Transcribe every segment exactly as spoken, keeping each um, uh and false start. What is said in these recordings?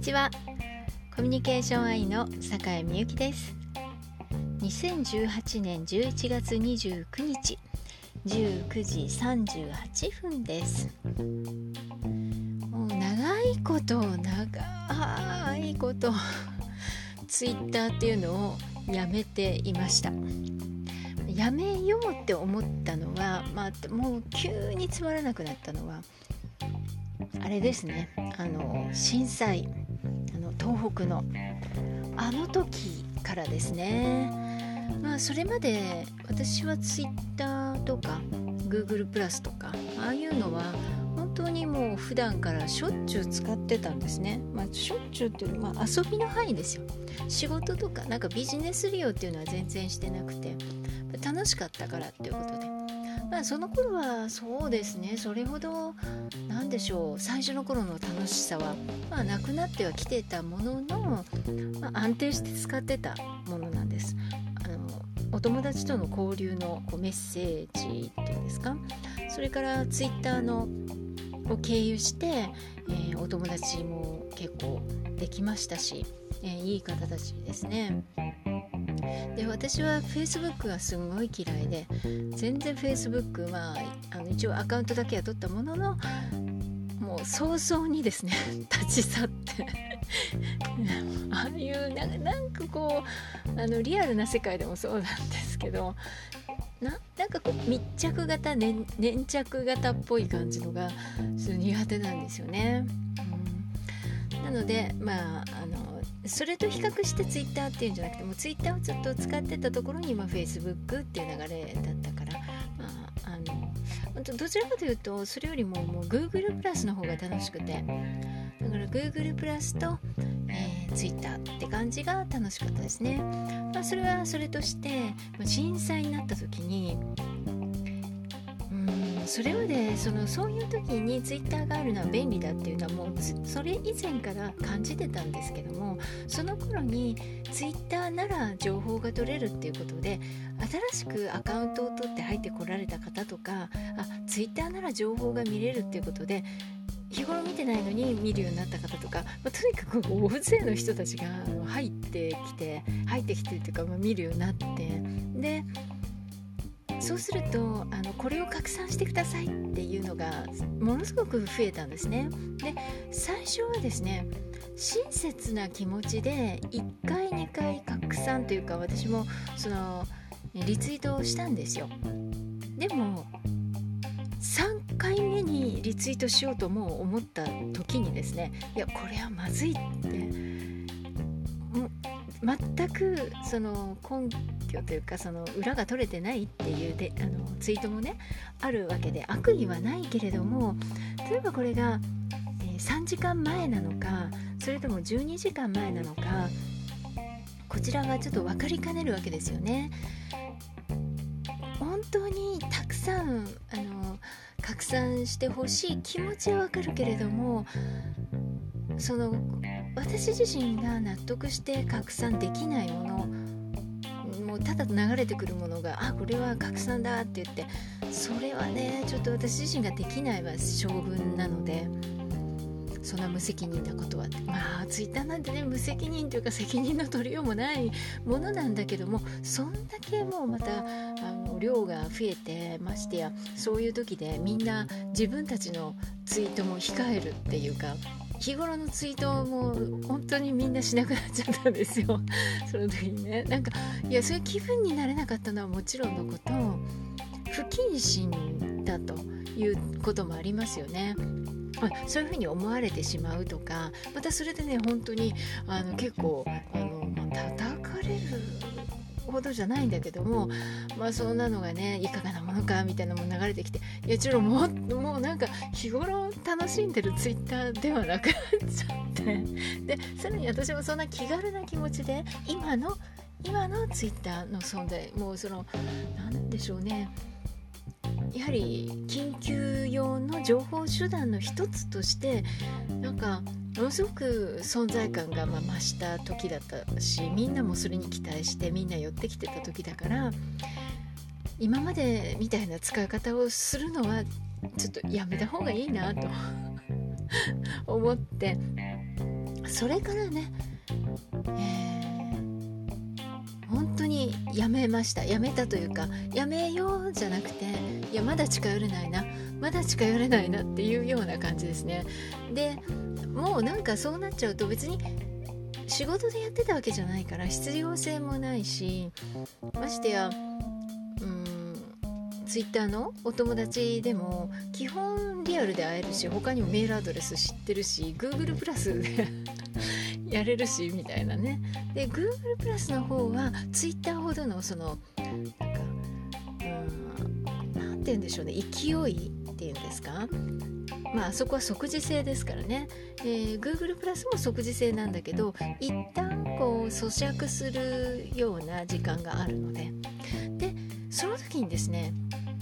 ちは。コミュニケーションアイの坂井美由紀です。にせんじゅうはちねんじゅういちがつにじゅうくにちじゅうくじさんじゅうはちふんです。もう長いこと長いことツイッターっていうのをやめていました。やめようって思ったのは、まあ、もう急につまらなくなったのはあれですね。あの震災、あの東北のあの時からですね。まあそれまで私はツイッターとか Google プラスとかああいうのは本当にもう普段からしょっちゅう使ってたんですね。まあしょっちゅうっていう、まあ、遊びの範囲ですよ。仕事とかなんかビジネス利用っていうのは全然してなくて、楽しかったからっていうことで、まあその頃はそうですね、それほどなんでしょう、最初の頃の楽しさはまあなくなってはきてたものの、まあ、安定して使ってたものなんです。あのお友達との交流のこうメッセージっていうんですか、それからツイッターのを経由して、えー、お友達も結構できましたし、えー、いい方たちですね。で私は Facebook がすごい嫌いで、全然 Facebook はあの一応アカウントだけは取ったものの、もう早々にですね立ち去ってああいうななんかこうあのリアルな世界でもそうなんですけど、な, なんかこう密着型、粘, 粘着型っぽい感じのが苦手なんですよね。うん、なのでまああのそれと比較してツイッターっていうんじゃなくて、もうツイッターをずっと使ってたところに、まあ、Facebook っていう流れだったから、まあ、あのどちらかというとそれよりも、もう Google プラスの方が楽しくて、だから Google プラスと、えー、Twitter って感じが楽しかったですね。まあ、それはそれとして、まあ、震災になった時にそれまでそのそういう時にツイッターがあるのは便利だっていうのはもうそれ以前から感じてたんですけども、その頃にツイッターなら情報が取れるっていうことで、新しくアカウントを取って入ってこられた方とか、あツイッターなら情報が見れるっていうことで日頃見てないのに見るようになった方とか、まあ、とにかく大勢の人たちが入ってきて入ってきてっていうか、まあ、見るようになって、でそうするとあのこれを拡散してくださいっていうのがものすごく増えたんですね。で最初はですね、親切な気持ちでいっかいにかい拡散というか、私もそのリツイートをしたんですよ。でもさんかいめにリツイートしようともう思った時にですね、いやこれはまずいって、全くその根拠というかその裏が取れてないっていうであのツイートもねあるわけで、悪意はないけれども、例えばこれが、えー、さんじかんまえなのか、それともじゅうにじかんまえなのか、こちらがちょっと分かりかねるわけですよね。本当にたくさんあの拡散してほしい気持ちは分かるけれども、その私自身が納得して拡散できないもの、もうただ流れてくるものが、あこれは拡散だって言って、それはねちょっと私自身ができないは性分なので、そんな無責任なことは、まあツイッターなんてね無責任というか責任の取りようもないものなんだけども、そんだけもうまたあの量が増えてましてや、そういう時でみんな自分たちのツイートも控えるっていうか、日頃のツイートも本当にみんなしなくなっちゃったんですよ。その時にね、なんかいやそういう気分になれなかったのはもちろんのこと、不謹慎だということもありますよね。まあ、そういうふうに思われてしまうとか、またそれでね本当にあの結構あの、まあ、叩かれるほどじゃないんだけども、まあそんなのがねいかがなものかみたいなのも流れてきて、いやちょっともうもうなんか日頃楽しんでるツイッターではなくなっちゃって、でさらに私もそんな気軽な気持ちで今の今のツイッターの存在、もうそのなんでしょうね、やはり緊急用の情報手段の一つとしてなんかものすごく存在感がまあ増した時だったし、みんなもそれに期待してみんな寄ってきてた時だから、今までみたいな使い方をするのはちょっとやめた方がいいなと思って、 それからね、えー、本当にやめました。やめたというか、やめようじゃなくて、いやまだ近寄れないなまだ近寄れないなっていうような感じですね。でもうなんかそうなっちゃうと、別に仕事でやってたわけじゃないから必要性もないし、ましてやうーんツイッターのお友達でも基本リアルで会えるし、他にもメールアドレス知ってるし、 Google プラスでやれるしみたいなね。で Google プラスの方はツイッターほどのそのなんかうーんなんて言うんでしょうね、勢いっていうんですか、まああそこは即時性ですからね、えー、Google プラスも即時性なんだけど、一旦こう咀嚼するような時間があるので、でその時にですね、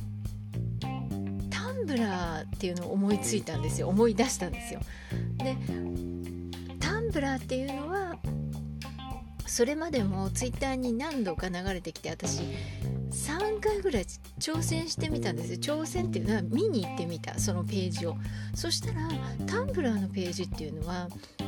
タンブラーっていうのを思いついたんですよ。思い出したんですよ。でタンブラーっていうのはそれまでもツイッターに何度か流れてきて、私さんかいぐらい挑戦してみたんですよ。挑戦っていうのは見に行ってみた、そのページを。そしたらタンブラーのページっていうのはう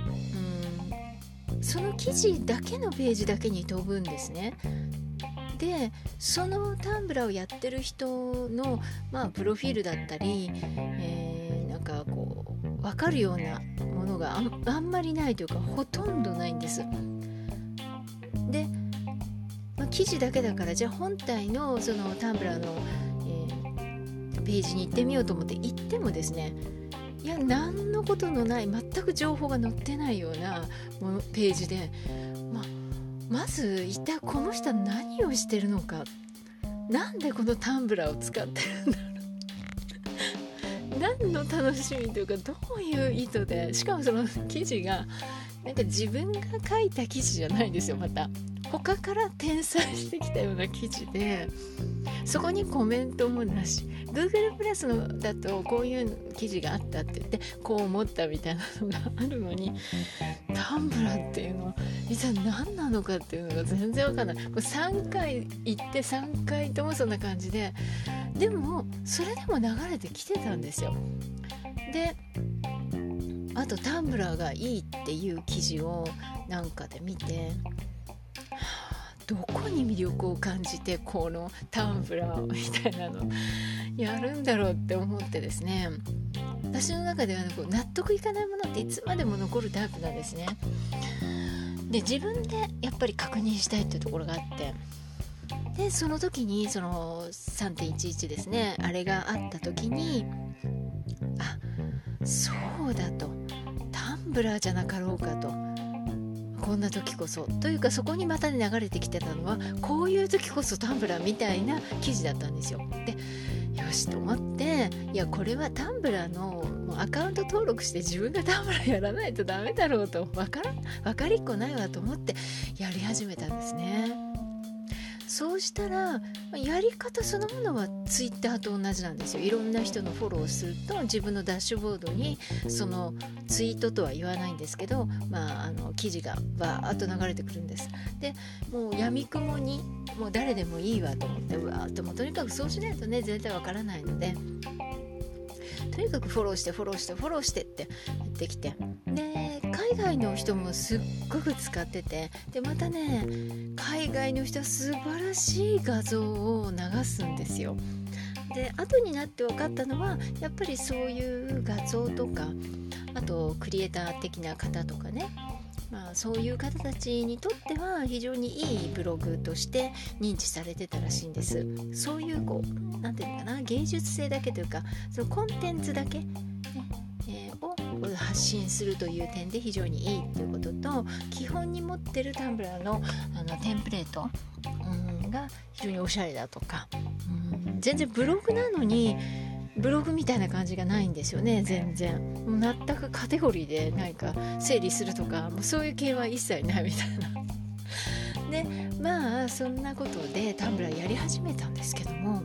ーんその記事だけのページだけに飛ぶんですね。でそのタンブラーをやってる人の、まあ、プロフィールだったり、えー、なんかこう分かるようなものが あ, あんまりないというか、ほとんどないんです。で、まあ、記事だけだから、じゃあ本体のそのタンブラーの、えー、ページに行ってみようと思って行ってもですね、いや何のことのない、全く情報が載ってないようなものページで、まあまず一体この人は何をしてるのか、なんでこのタンブラーを使ってるんだろう何の楽しみというか、どういう意図で、しかもその記事がなんか自分が書いた記事じゃないんですよ。また他から転載してきたような記事で、そこにコメントもなし、 Google プラスのだとこういう記事があったって言ってこう思ったみたいなのがあるのに、タンブラーっていうのは一体何なのかっていうのが全然わかんない。さんかい行ってさんかいともそんな感じで、でもそれでも流れてきてたんですよ。であとタンブラーがいいっていう記事をなんかで見て、どこに魅力を感じてこのタンブラーみたいなのやるんだろうって思ってですね、私の中ではこう納得いかないものっていつまでも残るタイプなんですね。で自分でやっぱり確認したいっていうところがあって、でその時にその さんてんいちいち ですね、あれがあった時に、あ、そうだと、タンブラーじゃなかろうかと、こんな時こそというか、そこにまた流れてきてたのはこういう時こそタンブラーみたいな記事だったんですよ。でよしと思って、いやこれはタンブラーのもうアカウント登録して自分がタンブラーやらないとダメだろうと、分からん分かりっこないわと思ってやり始めたんですね。そうしたらやり方そのものはツイッターと同じなんですよ。いろんな人のフォローをすると自分のダッシュボードにそのツイートとは言わないんですけど、まあ、あの記事がバーッと流れてくるんです。でもう闇雲にもう誰でもいいわと思って、うわーっともうとにかくそうしないとね絶対わからないので、とにかくフォローしてフォローしてフォローしてって言ってきて、で海外の人もすっごく使ってて、でまたね海外の人は素晴らしい画像を流すんですよ。で後になって分かったのは、やっぱりそういう画像とか、あとクリエイター的な方とかね、まあ、そういう方たちにとっては非常にいいブログとして認知されてたらしいんです。そういうこうなんていうのかな、芸術性だけというか、そのコンテンツだけ、ねえー、を発信するという点で非常にいいということと、基本に持ってるタンブラーの、あのテンプレート、うん、が非常におしゃれだとか、うん、全然ブログなのにブログみたいな感じがないんですよね。全然もう全くカテゴリーでなんか整理するとか、もうそういう系は一切ないみたいなでまあそんなことでタンブラーやり始めたんですけども、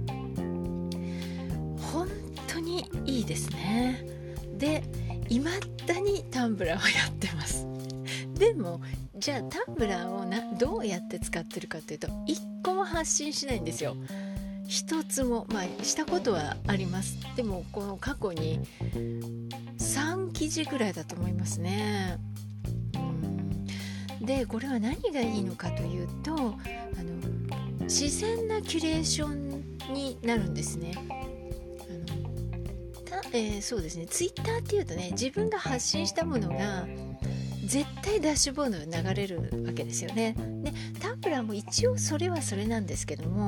本当にいいですね。で未だにタンブラーをやってます。でもじゃあタンブラーをなどうやって使ってるかというと、一個も発信しないんですよ。一つも、まあしたことはあります。でもこの過去にさんき記事ぐらいだと思いますね。うんでこれは何がいいのかというと、あの自然なキュレーションになるんですね。あのた、えー、そうですね、ツイッターっていうとね、自分が発信したものが絶対ダッシュボードに流れるわけですよね。でタンブラーも一応それはそれなんですけども、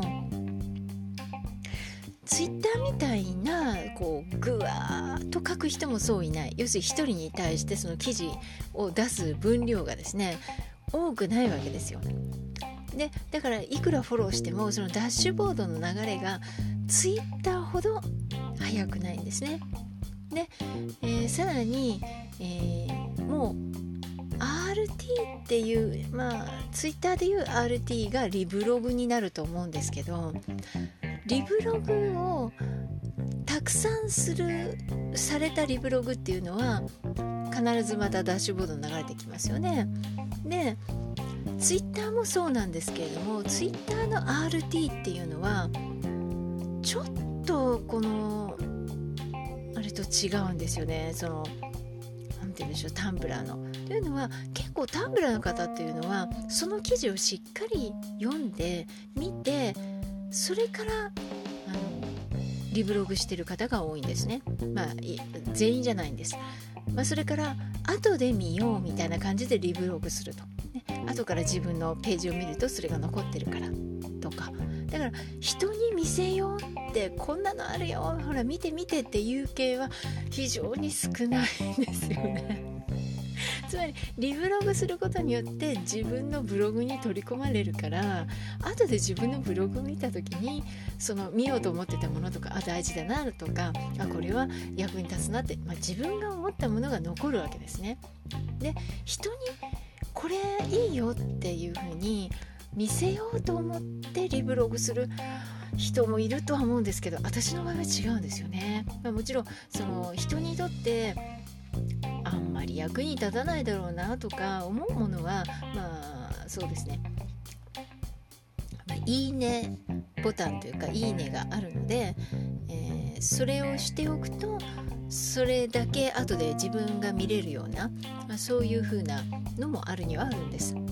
ツイッターみたいなこうぐわーっと書く人もそういない。要するに一人に対してその記事を出す分量がですね多くないわけですよ。でだからいくらフォローしてもそのダッシュボードの流れがツイッターほど速くないんですね。で、えー、さらに、えー、もう アールティー っていうまあツイッターでいう アールティー がリブログになると思うんですけど、リブログをたくさんするされたリブログっていうのは必ずまたダッシュボードに流れてきますよね。でツイッターもそうなんですけれども、ツイッターの アールティー っていうのはちょっとこのあれと違うんですよね。そのなんて言うんでしょう、タンブラーのというのは結構タンブラーの方っていうのはその記事をしっかり読んで見て、それからあのリブログしてる方が多いんですね。まあ全員じゃないんです。まあ、それから後で見ようみたいな感じでリブログすると、ね、後から自分のページを見るとそれが残ってるからとか、だから人に見せようってこんなのあるよほら見て見てっていう系は非常に少ないんですよね。つまりリブログすることによって自分のブログに取り込まれるから、後で自分のブログを見た時にその見ようと思ってたものとか、あ大事だなとか、あこれは役に立つなって、まあ、自分が思ったものが残るわけですね。で人にこれいいよっていうふうに見せようと思ってリブログする人もいるとは思うんですけど、私の場合は違うんですよね。まあ、もちろんその人にとってあんまり役に立たないだろうなとか思うものはまあそうですね、まあ、いいねボタンというかいいねがあるので、えー、それをしておくとそれだけ後で自分が見れるような、まあ、そういう風なのもあるにはあるんです、うん、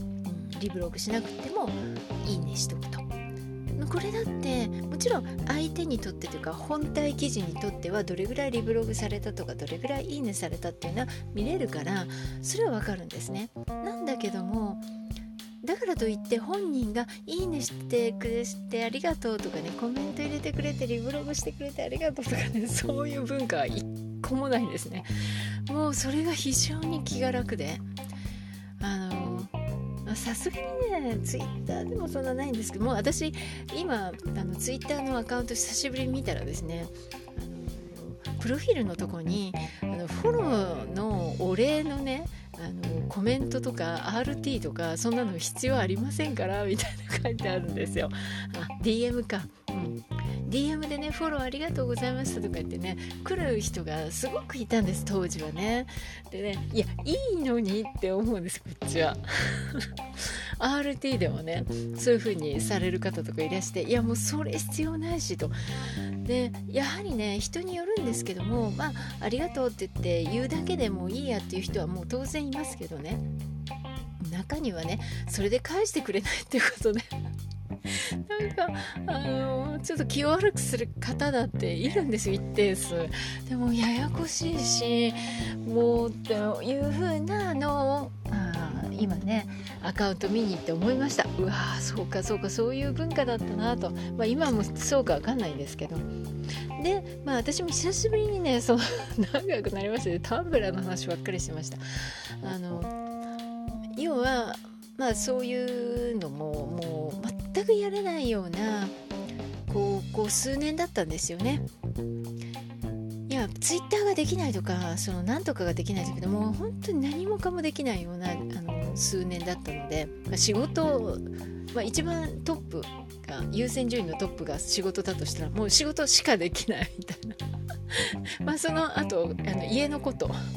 リブログしなくてもいいねしとくと。これだってもちろん相手にとってというか本体記事にとってはどれぐらいリブログされたとかどれぐらいいいねされたっていうのは見れるから、それはわかるんですね。なんだけどもだからといって本人がいいねしてくれてありがとうとかね、コメント入れてくれてリブログしてくれてありがとうとかね、そういう文化は一個もないんですね。もうそれが非常に気が楽で、あのさすがにねツイッターでもそんなないんですけども、私今あのツイッターのアカウント久しぶりに見たらですね、あのプロフィールのとこにあのフォローのお礼のねあのコメントとか アールティー とかそんなの必要ありませんからみたいな書いてあるんですよ。あ ディーエム か、うん、ディーエム でねフォローありがとうございましたとか言ってね来る人がすごくいたんです当時はね。でねいやいいのにって思うんですこっちはアールティー でもねそういう風にされる方とかいらして、いやもうそれ必要ないしと。でやはりね人によるんですけども、まあありがとうって言って言うだけでもいいやっていう人はもう当然いますけどね、中にはねそれで返してくれないっていうことでなんかあのちょっと気を悪くする方だっているんですよ一定数。でもややこしいしもうっていう風なのをあ今ねアカウント見に行って思いました。うわーそうかそうかそういう文化だったなと、まあ、今もそうか分かんないんですけど、で、まあ、私も久しぶりにねそう長くなりましたね、タンブラーの話ばっかりしてました。あの要はまあそういうのももう全くやれないようなこうこう数年だったんですよね。いやツイッターができないとかそのなんとかができないけども本当に何もかもできないようなあの数年だったので、仕事、まあ、一番トップが優先順位のトップが仕事だとしたらもう仕事しかできないみたいなまあその後あの家のこと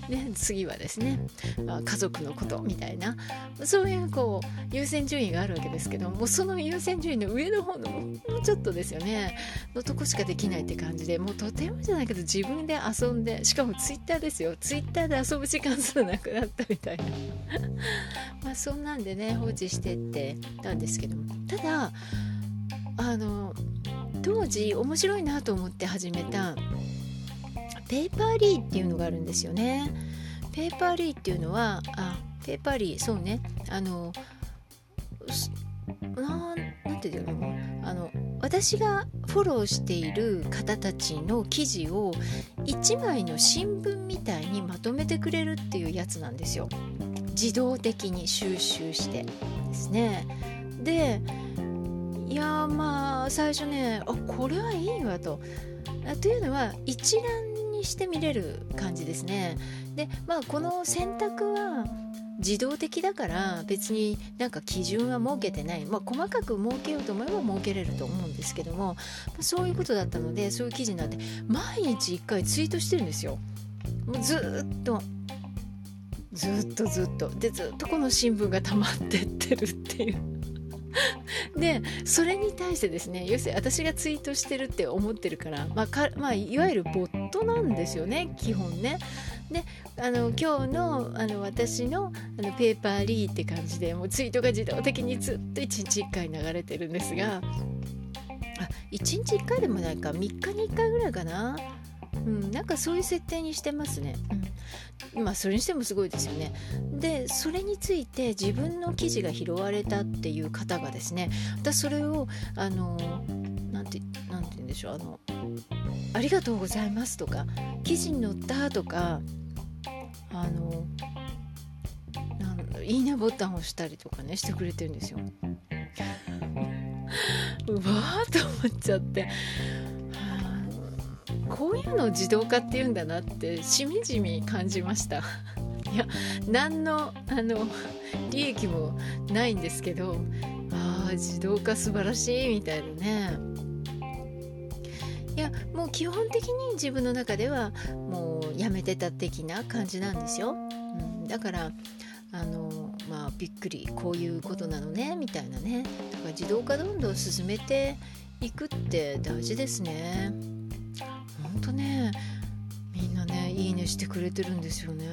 で次はですね、まあ、家族のことみたいな、そういうこう優先順位があるわけですけども、その優先順位の上の方のもうちょっとですよねのとこしかできないって感じで、もうとてもじゃないけど自分で遊んで、しかもツイッターですよ、ツイッターで遊ぶ時間すらなくなったみたいなまあそんなんでね放置してってたんですけども、ただあの当時面白いなと思って始めたペーパーリーっていうのがあるんですよね。ペーパーリーっていうのはあペーパーリーそうねあのなんなんていうのあの私がフォローしている方たちの記事をいちまいの新聞みたいにまとめてくれるっていうやつなんですよ。自動的に収集してですね。でいやまあ最初ねあこれはいいわとというのは一覧にして見れる感じですね。でまあこの選択は自動的だから別になんか基準は設けてない、まあ、細かく設けようと思えば設けれると思うんですけども、まあ、そういうことだったのでそういう記事なんで毎日いっかいツイートしてるんですよ。もうずっとずっとずっとでずっとこの新聞が溜まってってるっていうでそれに対してですね、要するに私がツイートしてるって思ってるから、まあかまあ、いわゆるボットなんですよね基本ね。であの今日 の, あの私 の, あのペーパーリーって感じでもうツイートが自動的にずっといちにちいっかい流れてるんですが、あいちにちいっかいでもないかみっかにいっかいぐらいかな、うん、なんかそういう設定にしてますね、うん、まあそれにしてもすごいですよね。でそれについて自分の記事が拾われたっていう方がですね、私それをあのなんてなんて言うんでしょう、あのありがとうございますとか記事に載ったとかあのなんいいねボタンを押したりとかねしてくれてるんですようわーと思っちゃって、はあ、こういうのを自動化って言うんだなってしみじみ感じましたいや何のあの利益もないんですけど、あ自動化素晴らしいみたいなね。いやもう基本的に自分の中ではもうやめてた的な感じなんですよ、うん、だからあのまあびっくりこういうことなのねみたいなね。だから自動化どんどん進めていくって大事ですね。ほんとねみんなねいいねしてくれてるんですよね。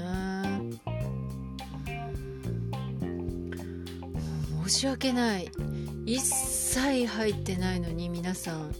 申し訳ない、一切入ってないのに皆さん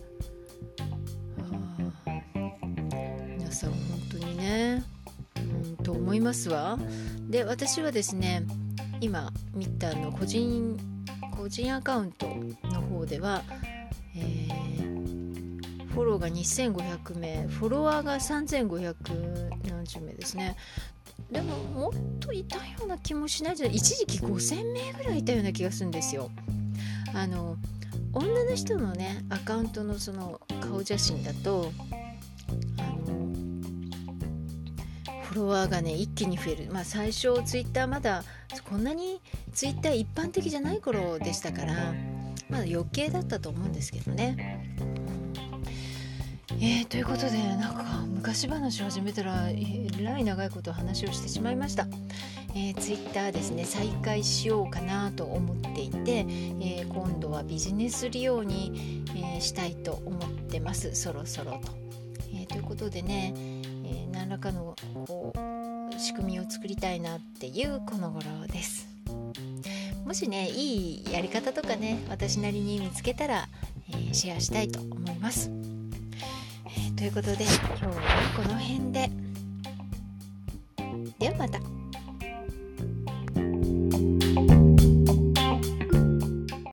皆さん本当にね、うん、と思いますわ。で私はですね今見たの個人個人アカウントの方では、えー、フォローがにせんごひゃくめい、フォロワーがさんぜんごひゃくなんじゅうめいですね。でももっといたような気もしないじゃない。一時期ごせんめいぐらいいたような気がするんですよ。あの女の人のねアカウントのその顔写真だとあのフォロワーがね一気に増える。まあ最初ツイッターまだこんなにツイッター一般的じゃない頃でしたから、まだ余計だったと思うんですけどね。えー、ということでなんか昔話を始めたらえらい長いこと話をしてしまいました。えー、ツイッターですね再開しようかなと思っていて、えー、今度はビジネス利用に、えー、したいと思ってます、そろそろと、えー、ということでね、えー、何らかのこう仕組みを作りたいなっていうこの頃です。もしねいいやり方とかね私なりに見つけたら、えー、シェアしたいと思います。ということで今日はこの辺で、ではまた。